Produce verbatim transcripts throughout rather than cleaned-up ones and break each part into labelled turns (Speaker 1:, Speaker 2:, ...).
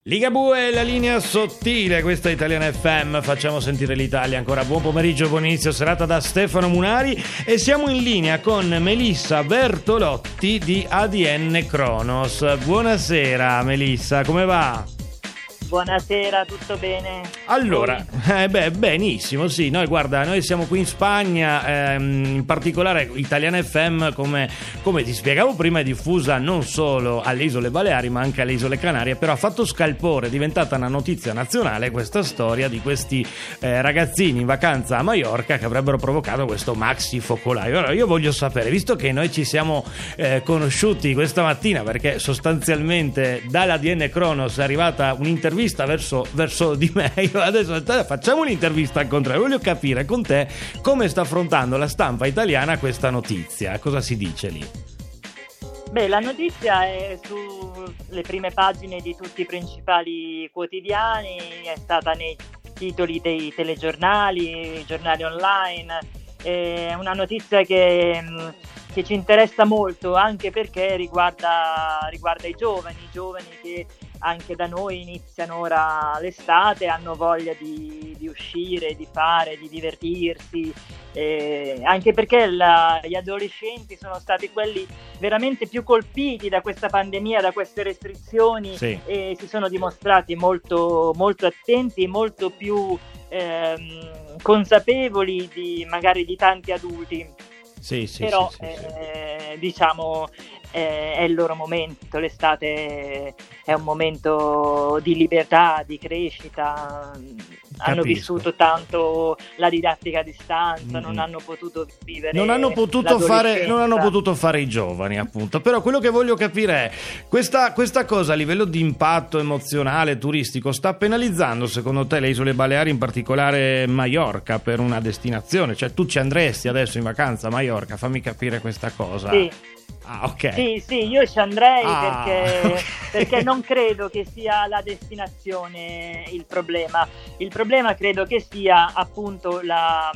Speaker 1: Ligabue, la linea sottile, questa è Italiana F M, facciamo sentire l'Italia ancora. Buon pomeriggio, buon inizio serata da Stefano Munari e siamo in linea con Melissa Bertolotti di A D N Cronos. Buonasera Melissa, come va?
Speaker 2: Buonasera, tutto bene?
Speaker 1: Allora, eh beh, benissimo, sì, noi guarda, noi siamo qui in Spagna, ehm, in particolare Italiana F M, come, come ti spiegavo prima, è diffusa non solo alle Isole Baleari ma anche alle Isole Canarie, però ha fatto scalpore, è diventata una notizia nazionale questa storia di questi eh, ragazzini in vacanza a Maiorca che avrebbero provocato questo maxi focolaio. Allora io voglio sapere, visto che noi ci siamo eh, conosciuti questa mattina, perché sostanzialmente dall'A D N Cronos è arrivata un'intervista Verso, verso di me, io adesso facciamo un'intervista al contrario, voglio capire con te come sta affrontando la stampa italiana questa notizia, cosa si dice lì?
Speaker 2: Beh, la notizia è sulle prime pagine di tutti i principali quotidiani, è stata nei titoli dei telegiornali, giornali online, è una notizia che, che ci interessa molto anche perché riguarda, riguarda i giovani, i giovani che anche da noi iniziano ora l'estate, hanno voglia di, di uscire, di fare, di divertirsi, eh, anche perché la, gli adolescenti sono stati quelli veramente più colpiti da questa pandemia, da queste restrizioni, sì. E si sono dimostrati molto, molto attenti, molto più ehm, consapevoli di magari di tanti adulti.
Speaker 1: Sì, sì,
Speaker 2: però
Speaker 1: sì, sì,
Speaker 2: eh,
Speaker 1: sì.
Speaker 2: diciamo eh, è il loro momento, l'estate è un momento di libertà, di crescita. Hanno
Speaker 1: Capisco.
Speaker 2: vissuto tanto la didattica a distanza, mm. non hanno potuto vivere
Speaker 1: non hanno potuto fare non hanno potuto fare i giovani, appunto. Però quello che voglio capire è questa, questa cosa a livello di impatto emozionale turistico sta penalizzando secondo te le Isole Baleari, in particolare Maiorca, per una destinazione? Cioè tu ci andresti adesso in vacanza a Maiorca? Fammi capire questa cosa.
Speaker 2: Sì.
Speaker 1: Ah, ok.
Speaker 2: Sì, sì, io ci andrei
Speaker 1: ah.
Speaker 2: perché, perché non credo che sia la destinazione il problema. Il problema credo che sia appunto la,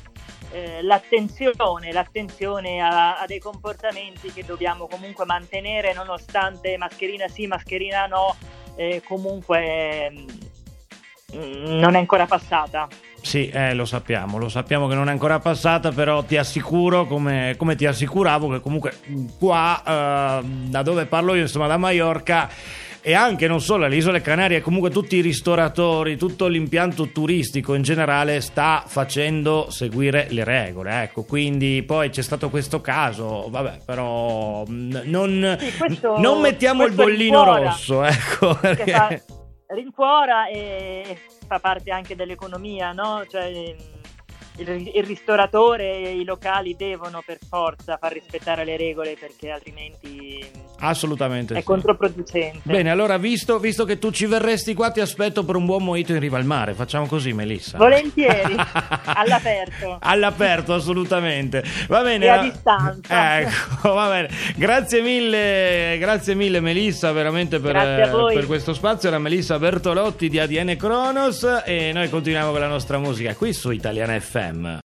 Speaker 2: eh, l'attenzione, l'attenzione a, a dei comportamenti che dobbiamo comunque mantenere, nonostante mascherina sì, mascherina no, eh, comunque mh, non è ancora passata.
Speaker 1: Sì, eh, lo sappiamo, lo sappiamo che non è ancora passata, però ti assicuro, come, come ti assicuravo, che comunque qua, eh, da dove parlo io, insomma da Maiorca, e anche non solo alle Isole Canarie, comunque tutti i ristoratori, tutto l'impianto turistico in generale sta facendo seguire le regole, ecco, quindi poi c'è stato questo caso, vabbè, però non,
Speaker 2: sì, questo,
Speaker 1: non mettiamo il bollino
Speaker 2: rincuora,
Speaker 1: rosso, ecco, perché...
Speaker 2: fa, rincuora e fa parte anche dell'economia, no? Cioè il, il ristoratore e i locali devono per forza far rispettare le regole, perché altrimenti
Speaker 1: assolutamente
Speaker 2: è
Speaker 1: sì.
Speaker 2: controproducente.
Speaker 1: Bene, allora visto, visto che tu ci verresti qua, ti aspetto per un buon mojito in riva al mare. Facciamo così, Melissa?
Speaker 2: Volentieri, all'aperto.
Speaker 1: All'aperto, assolutamente. Va bene.
Speaker 2: E a distanza.
Speaker 1: Ecco, va bene. Grazie mille, grazie mille Melissa, veramente per, per questo spazio. Era Melissa Bertolotti di A D N Cronos e noi continuiamo con la nostra musica qui su Italiana F M.